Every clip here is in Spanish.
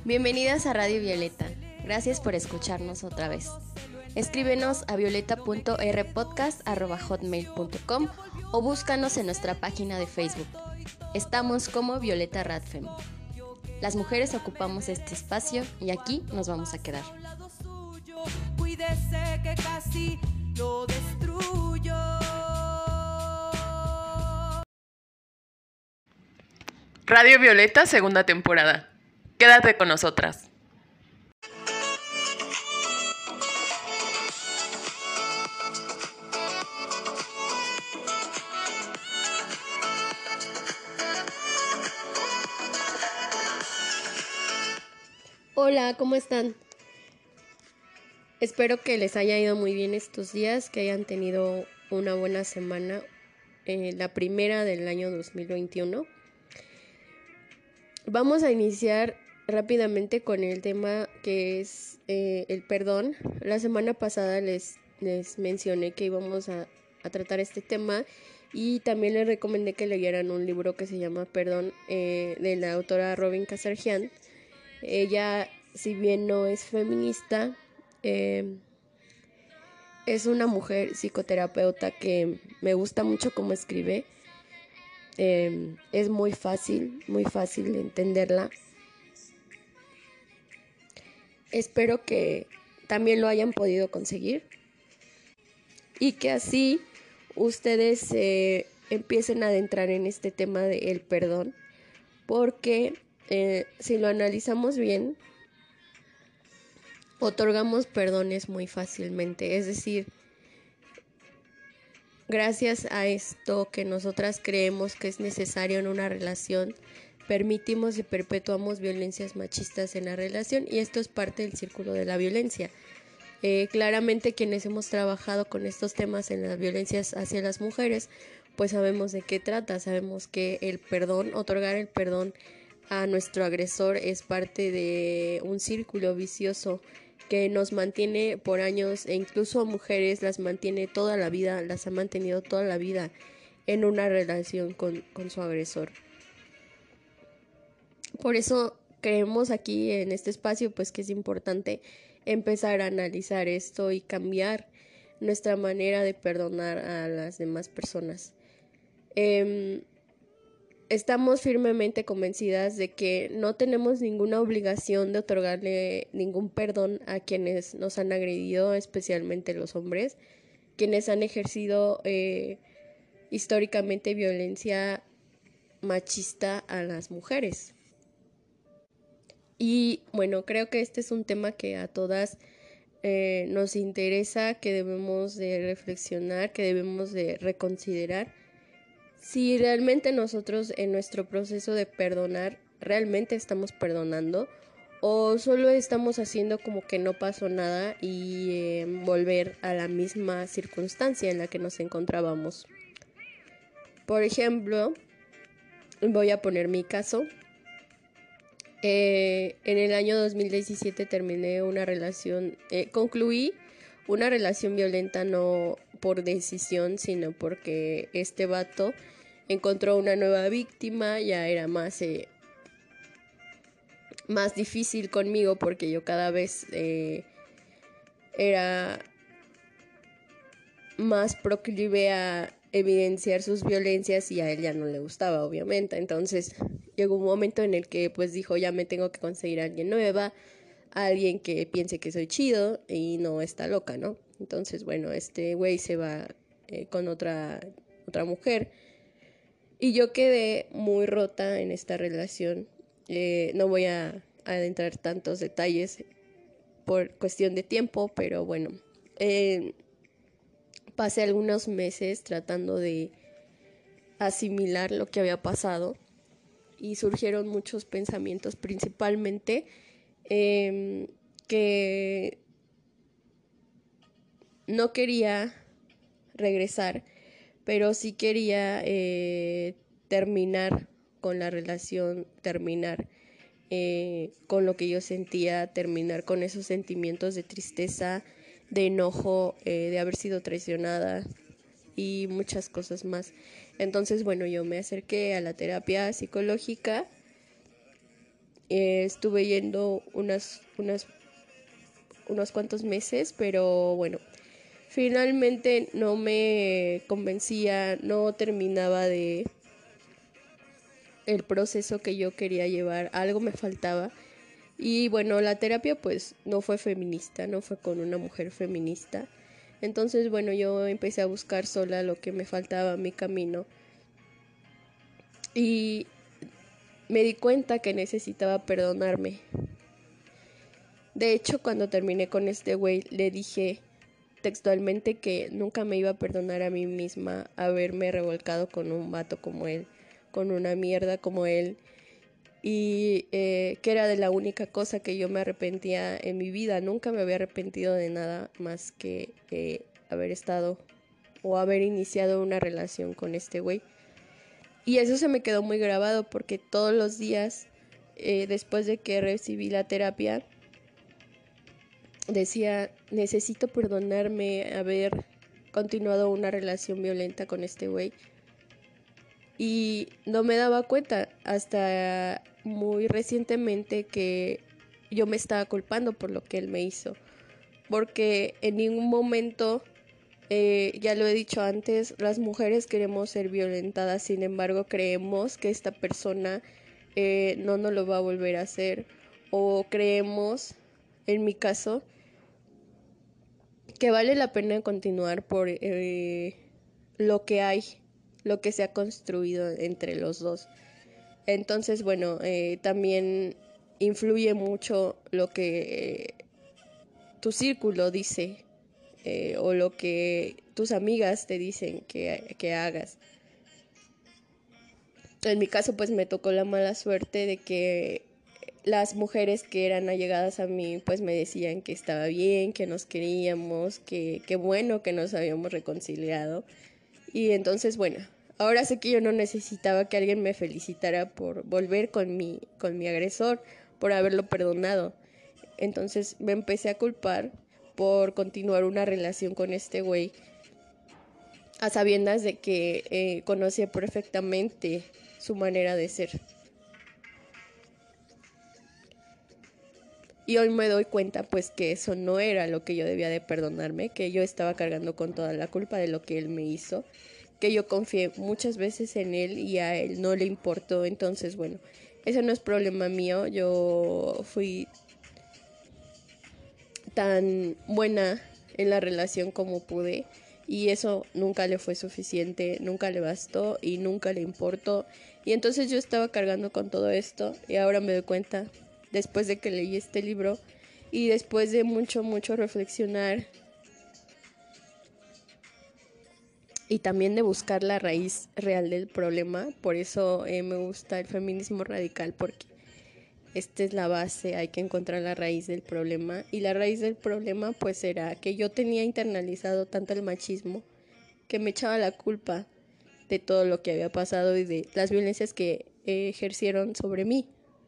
Bienvenidas a Radio Violeta. Gracias por escucharnos otra vez. Escríbenos a violeta.rpodcast@hotmail.com o búscanos en nuestra página de Facebook. Estamos como Violeta Radfem. Las mujeres ocupamos este espacio y aquí nos vamos a quedar. Cuídese que casi lo destruyo. Radio Violeta, segunda temporada. Quédate con nosotras. Hola, ¿cómo están? Espero que les haya ido muy bien estos días, que hayan tenido una buena semana, la primera del año 2021. Vamos a iniciar rápidamente con el tema que es el perdón. La semana pasada les mencioné que íbamos a tratar este tema y también les recomendé que leyeran un libro que se llama Perdón, de la autora Robin Casarjian. Ella, si bien no es feminista, es una mujer psicoterapeuta que me gusta mucho cómo escribe. Es muy fácil de entenderla. Espero que también lo hayan podido conseguir y que así ustedes empiecen a adentrar en este tema del perdón, porque si lo analizamos bien, otorgamos perdones muy fácilmente. Es decir, gracias a esto que nosotras creemos que es necesario en una relación, permitimos y perpetuamos violencias machistas en la relación, y esto es parte del círculo de la violencia. Claramente quienes hemos trabajado con estos temas en las violencias hacia las mujeres, pues sabemos de qué trata. Sabemos que el perdón, otorgar el perdón a nuestro agresor, es parte de un círculo vicioso que nos mantiene por años, e incluso a mujeres las mantiene toda la vida, las ha mantenido toda la vida en una relación con su agresor. Por eso creemos aquí en este espacio pues que es importante empezar a analizar esto y cambiar nuestra manera de perdonar a las demás personas. Estamos firmemente convencidas de que no tenemos ninguna obligación de otorgarle ningún perdón a quienes nos han agredido, especialmente los hombres, quienes han ejercido históricamente violencia machista a las mujeres. Y bueno, creo que este es un tema que a todas nos interesa, que debemos de reflexionar, que debemos de reconsiderar. Si realmente nosotros en nuestro proceso de perdonar, realmente estamos perdonando, o solo estamos haciendo como que no pasó nada y volver a la misma circunstancia en la que nos encontrábamos. Por ejemplo, voy a poner mi caso. En el año 2017 terminé una relación, concluí una relación violenta, no por decisión, sino porque este vato encontró una nueva víctima. Ya era más difícil conmigo, porque yo cada vez era más proclive a evidenciar sus violencias, y a él ya no le gustaba, obviamente. Entonces llegó un momento en el que pues dijo, ya me tengo que conseguir a alguien nueva, a alguien que piense que soy chido y no está loca, ¿no? Entonces, bueno, este güey se va con otra mujer, y yo quedé muy rota en esta relación. No voy a adentrar tantos detalles por cuestión de tiempo, pero bueno, pasé algunos meses tratando de asimilar lo que había pasado, y surgieron muchos pensamientos, principalmente que no quería regresar, pero sí quería terminar con la relación, terminar con lo que yo sentía, terminar con esos sentimientos de tristeza, de enojo, de haber sido traicionada y muchas cosas más. Entonces, bueno, yo me acerqué a la terapia psicológica Estuve yendo unos cuantos meses, pero bueno, finalmente no me convencía, no terminaba de el proceso que yo quería llevar, algo me faltaba. Y bueno, la terapia pues no fue feminista, no fue con una mujer feminista. Entonces bueno, yo empecé a buscar sola lo que me faltaba, mi camino. Y me di cuenta que necesitaba perdonarme. De hecho, cuando terminé con este güey, le dije textualmente que nunca me iba a perdonar a mí misma haberme revolcado con un vato como él, con una mierda como él, y que era de la única cosa que yo me arrepentía en mi vida. Nunca me había arrepentido de nada más que haber estado o haber iniciado una relación con este güey. Y eso se me quedó muy grabado porque todos los días, después de que recibí la terapia, decía, necesito perdonarme haber continuado una relación violenta con este güey. Y no me daba cuenta hasta muy recientemente que yo me estaba culpando por lo que él me hizo. Porque en ningún momento, ya lo he dicho antes, las mujeres queremos ser violentadas, sin embargo creemos que esta persona no nos lo va a volver a hacer. O creemos, en mi caso, que vale la pena continuar por lo que hay, lo que se ha construido entre los dos. Entonces, bueno, también influye mucho lo que tu círculo dice o lo que tus amigas te dicen que hagas. En mi caso, pues me tocó la mala suerte de que las mujeres que eran allegadas a mí pues me decían que estaba bien, que nos queríamos, que bueno que nos habíamos reconciliado. Y entonces bueno, ahora sé que yo no necesitaba que alguien me felicitara por volver con mi agresor, por haberlo perdonado. Entonces me empecé a culpar por continuar una relación con este güey, a sabiendas de que conocía perfectamente su manera de ser. Y hoy me doy cuenta pues que eso no era lo que yo debía de perdonarme, que yo estaba cargando con toda la culpa de lo que él me hizo, que yo confié muchas veces en él y a él no le importó. Entonces bueno, eso no es problema mío. Yo fui tan buena en la relación como pude y eso nunca le fue suficiente, nunca le bastó y nunca le importó. Y entonces yo estaba cargando con todo esto y ahora me doy cuenta, después de que leí este libro y después de mucho reflexionar y también de buscar la raíz real del problema. Por eso me gusta el feminismo radical, porque esta es la base, hay que encontrar la raíz del problema. Y la raíz del problema pues era que yo tenía internalizado tanto el machismo que me echaba la culpa de todo lo que había pasado y de las violencias que ejercieron sobre mí.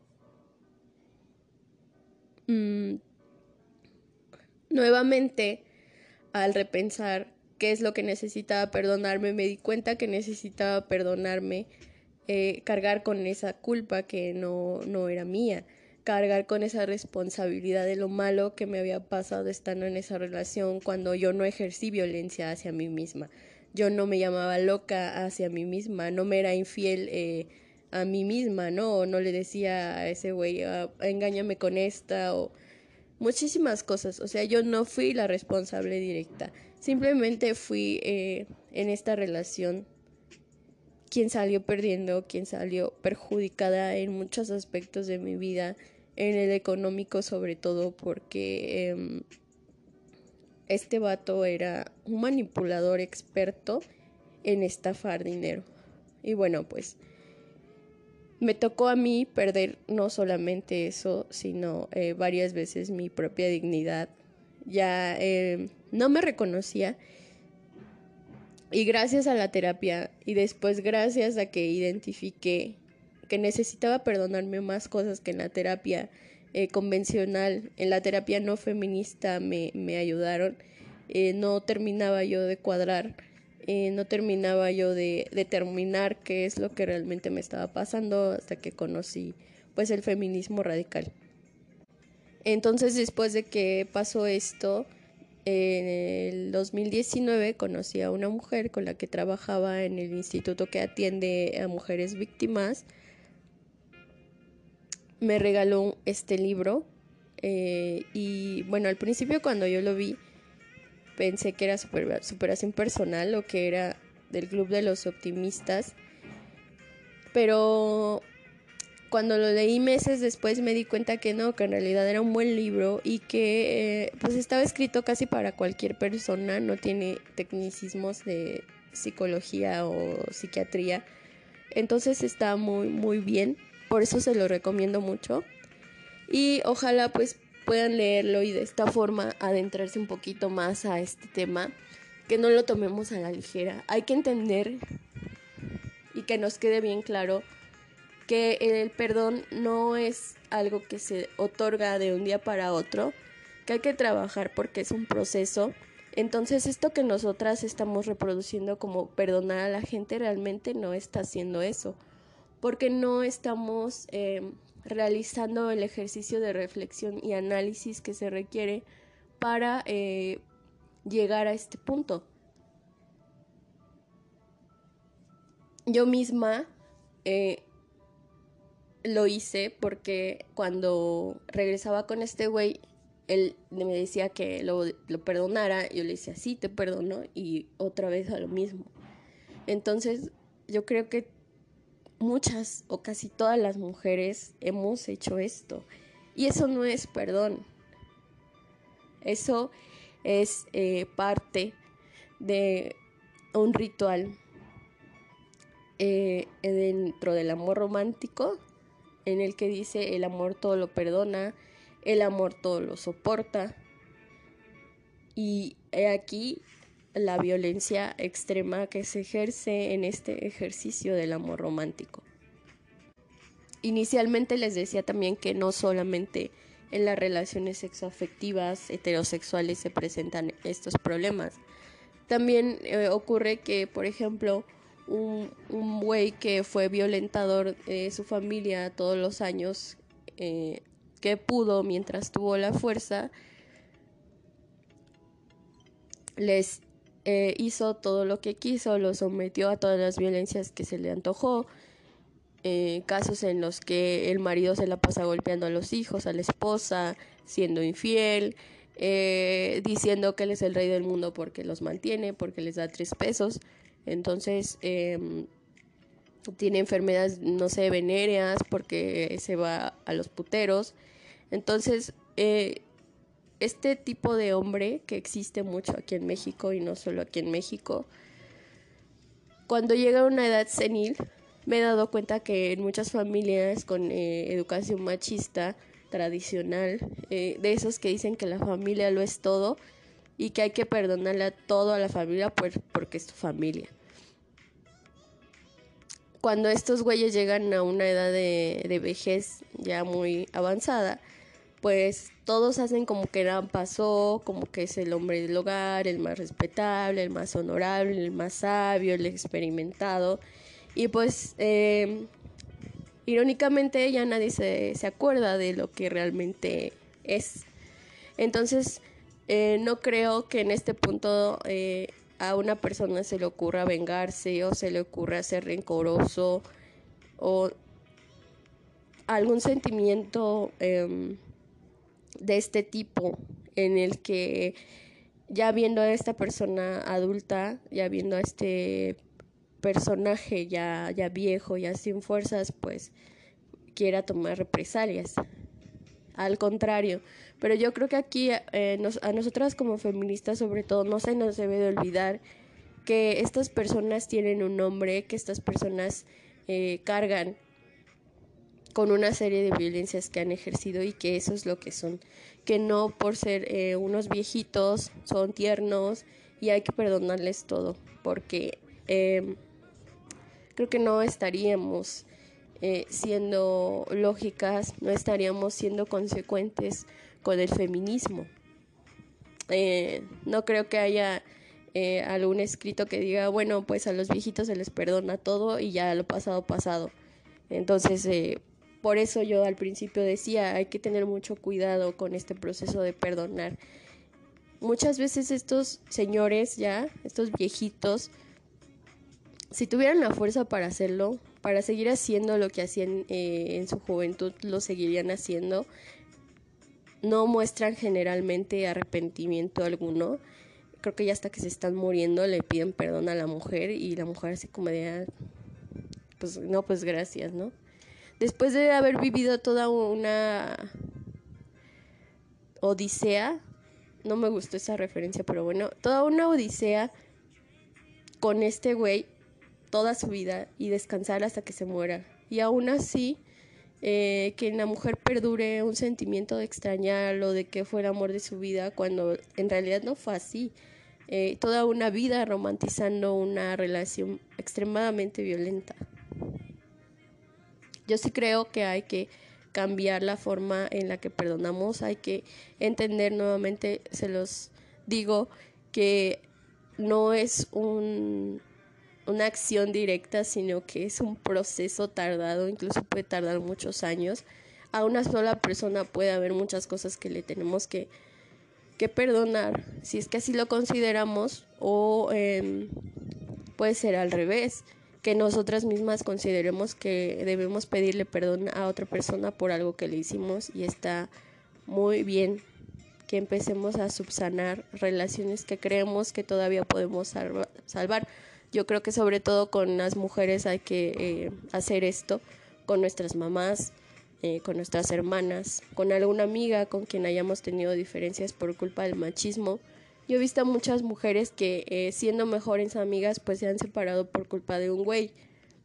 Nuevamente, al repensar qué es lo que necesitaba perdonarme, me di cuenta que necesitaba perdonarme, cargar con esa culpa que no era mía, cargar con esa responsabilidad de lo malo que me había pasado estando en esa relación cuando yo no ejercí violencia hacia mí misma. Yo no me llamaba loca hacia mí misma, no me era infiel a mí misma, ¿no? No le decía a ese güey, engáñame con esta o muchísimas cosas. O sea, yo no fui la responsable directa. Simplemente fui en esta relación quien salió perdiendo, quien salió perjudicada en muchos aspectos de mi vida, en el económico sobre todo, porque este vato era un manipulador experto en estafar dinero. Y bueno, pues me tocó a mí perder no solamente eso, sino varias veces mi propia dignidad. Ya no me reconocía. Y gracias a la terapia y después gracias a que identifiqué que necesitaba perdonarme más cosas que en la terapia convencional, en la terapia no feminista me ayudaron. No terminaba yo de cuadrar, no terminaba yo de determinar qué es lo que realmente me estaba pasando hasta que conocí pues el feminismo radical. Entonces, después de que pasó esto, en el 2019 conocí a una mujer con la que trabajaba en el instituto que atiende a mujeres víctimas. Me regaló este libro y bueno, al principio cuando yo lo vi pensé que era superación personal o que era del club de los optimistas, pero cuando lo leí meses después me di cuenta que no, que en realidad era un buen libro y que pues estaba escrito casi para cualquier persona, no tiene tecnicismos de psicología o psiquiatría, entonces está muy muy bien, por eso se lo recomiendo mucho y ojalá pues puedan leerlo y de esta forma adentrarse un poquito más a este tema, que no lo tomemos a la ligera. Hay que entender y que nos quede bien claro que el perdón no es algo que se otorga de un día para otro, que hay que trabajar porque es un proceso. Entonces esto que nosotras estamos reproduciendo como perdonar a la gente realmente no está haciendo eso, porque no estamos realizando el ejercicio de reflexión y análisis que se requiere para llegar a este punto. Yo misma lo hice porque cuando regresaba con este güey, él me decía que lo perdonara, yo le decía sí, te perdono, y otra vez a lo mismo. Entonces yo creo que muchas o casi todas las mujeres hemos hecho esto y eso no es perdón, eso es parte de un ritual dentro del amor romántico, en el que dice el amor todo lo perdona, el amor todo lo soporta, y he aquí la violencia extrema que se ejerce en este ejercicio del amor romántico. Inicialmente les decía también que no solamente en las relaciones sexoafectivas heterosexuales se presentan estos problemas. También ocurre que, por ejemplo, un güey que fue violentador de su familia todos los años que pudo mientras tuvo la fuerza, les hizo todo lo que quiso, los sometió a todas las violencias que se le antojó, casos en los que el marido se la pasa golpeando a los hijos, a la esposa, siendo infiel, diciendo que él es el rey del mundo porque los mantiene, porque les da 3 pesos. Entonces tiene enfermedades, no sé, venéreas porque se va a los puteros. Entonces este tipo de hombre que existe mucho aquí en México y no solo aquí en México, cuando llega a una edad senil, me he dado cuenta que en muchas familias con educación machista tradicional, de esos que dicen que la familia lo es todo y que hay que perdonarle todo a la familia porque es tu familia. Cuando estos güeyes llegan a una edad de vejez ya muy avanzada, pues todos hacen como que nada pasó, como que es el hombre del hogar, el más respetable, el más honorable, el más sabio, el experimentado. Y pues irónicamente ya nadie se acuerda de lo que realmente es. Entonces no creo que en este punto a una persona se le ocurra vengarse o se le ocurra ser rencoroso o algún sentimiento de este tipo, en el que ya viendo a esta persona adulta, ya viendo a este personaje ya viejo, ya sin fuerzas, pues quiera tomar represalias. Al contrario, pero yo creo que aquí a nosotras como feministas sobre todo no se nos debe de olvidar que estas personas tienen un nombre, que estas personas cargan con una serie de violencias que han ejercido y que eso es lo que son, que no por ser unos viejitos son tiernos y hay que perdonarles todo, porque creo que no estaríamos siendo lógicas, no estaríamos siendo consecuentes con el feminismo. No creo que haya algún escrito que diga, bueno, pues a los viejitos se les perdona todo y ya lo pasado. Entonces Por eso yo al principio decía, hay que tener mucho cuidado con este proceso de perdonar. Muchas veces estos señores ya, estos viejitos, si tuvieran la fuerza para hacerlo, para seguir haciendo lo que hacían en su juventud, lo seguirían haciendo. No muestran generalmente arrepentimiento alguno. Creo que ya hasta que se están muriendo le piden perdón a la mujer y la mujer así como de, pues no, pues gracias, ¿no? Después de haber vivido toda una odisea, no me gustó esa referencia, pero bueno, toda una odisea con este güey toda su vida y descansar hasta que se muera. Y aún así, que en la mujer perdure un sentimiento de extrañarlo, de que fue el amor de su vida, cuando en realidad no fue así. Toda una vida romantizando una relación extremadamente violenta. Yo sí creo que hay que cambiar la forma en la que perdonamos, hay que entender nuevamente, se los digo, que no es una acción directa, sino que es un proceso tardado, incluso puede tardar muchos años. A una sola persona puede haber muchas cosas que le tenemos que perdonar, si es que así lo consideramos, o puede ser al revés, que nosotras mismas consideremos que debemos pedirle perdón a otra persona por algo que le hicimos, y está muy bien que empecemos a subsanar relaciones que creemos que todavía podemos salvar. Yo creo que sobre todo con las mujeres hay que hacer esto, con nuestras mamás, con nuestras hermanas, con alguna amiga con quien hayamos tenido diferencias por culpa del machismo. Yo he visto a muchas mujeres que siendo mejores amigas pues se han separado por culpa de un güey.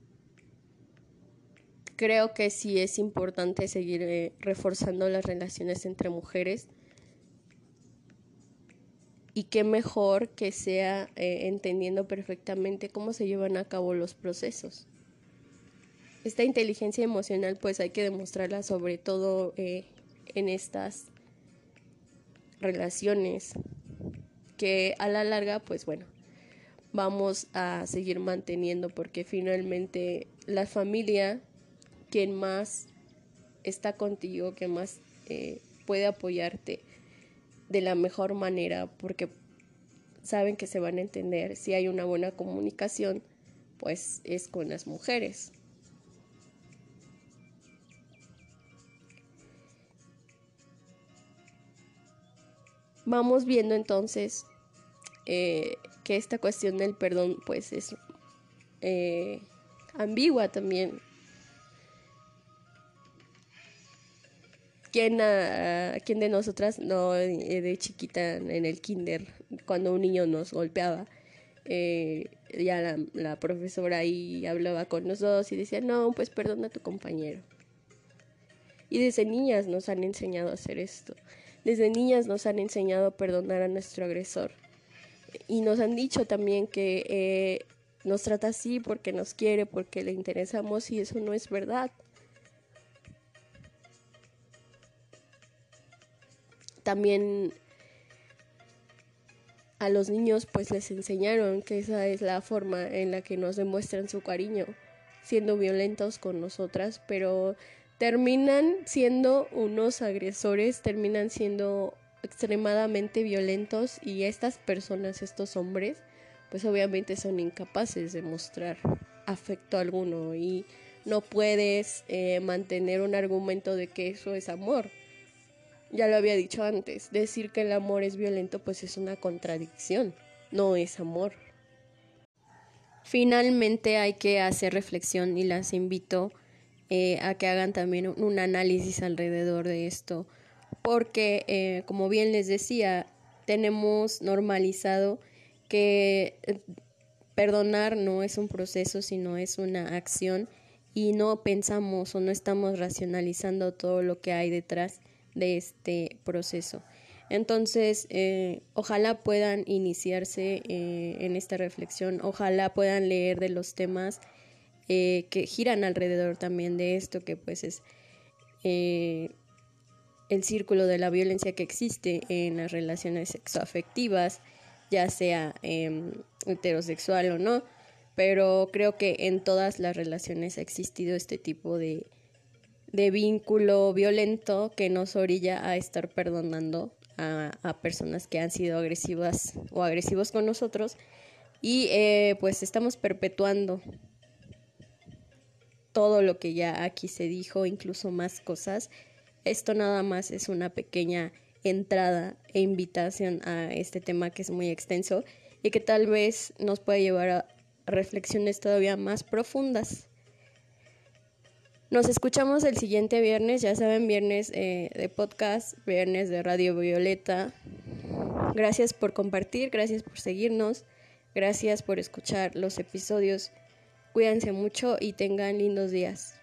Creo que sí es importante seguir reforzando las relaciones entre mujeres. Y qué mejor que sea entendiendo perfectamente cómo se llevan a cabo los procesos. Esta inteligencia emocional pues hay que demostrarla sobre todo en estas relaciones que a la larga pues bueno, vamos a seguir manteniendo, porque finalmente la familia, quien más está contigo, quien más puede apoyarte de la mejor manera, porque saben que se van a entender. Si hay una buena comunicación, pues es con las mujeres. Vamos viendo entonces que esta cuestión del perdón pues es ambigua también. ¿Quién de nosotras no de chiquita en el kinder, cuando un niño nos golpeaba, ya la profesora ahí hablaba con nosotros y decía, no, pues perdona a tu compañero? Y desde niñas nos han enseñado a hacer esto. Desde niñas nos han enseñado a perdonar a nuestro agresor. Y nos han dicho también que nos trata así porque nos quiere, porque le interesamos, y eso no es verdad. También a los niños pues les enseñaron que esa es la forma en la que nos demuestran su cariño, siendo violentos con nosotras, pero terminan siendo unos agresores, terminan siendo extremadamente violentos, y estas personas, estos hombres, pues obviamente son incapaces de mostrar afecto alguno, y no puedes mantener un argumento de que eso es amor. Ya lo había dicho antes, decir que el amor es violento pues es una contradicción, no es amor. Finalmente hay que hacer reflexión, y las invito a que hagan también un análisis alrededor de esto, porque como bien les decía, tenemos normalizado que perdonar no es un proceso, sino es una acción, y no pensamos o no estamos racionalizando todo lo que hay detrás de este proceso. Entonces, ojalá puedan iniciarse en esta reflexión, ojalá puedan leer de los temas que giran alrededor también de esto, que pues es el círculo de la violencia que existe en las relaciones sexoafectivas, ya sea heterosexual o no, pero creo que en todas las relaciones ha existido este tipo de de vínculo violento que nos orilla a estar perdonando a personas que han sido agresivas o agresivos con nosotros y pues estamos perpetuando todo lo que ya aquí se dijo, incluso más cosas. Esto nada más es una pequeña entrada e invitación a este tema que es muy extenso y que tal vez nos pueda llevar a reflexiones todavía más profundas. Nos escuchamos el siguiente viernes, ya saben, viernes de podcast, viernes de Radio Violeta. Gracias por compartir, gracias por seguirnos, gracias por escuchar los episodios. Cuídense mucho y tengan lindos días.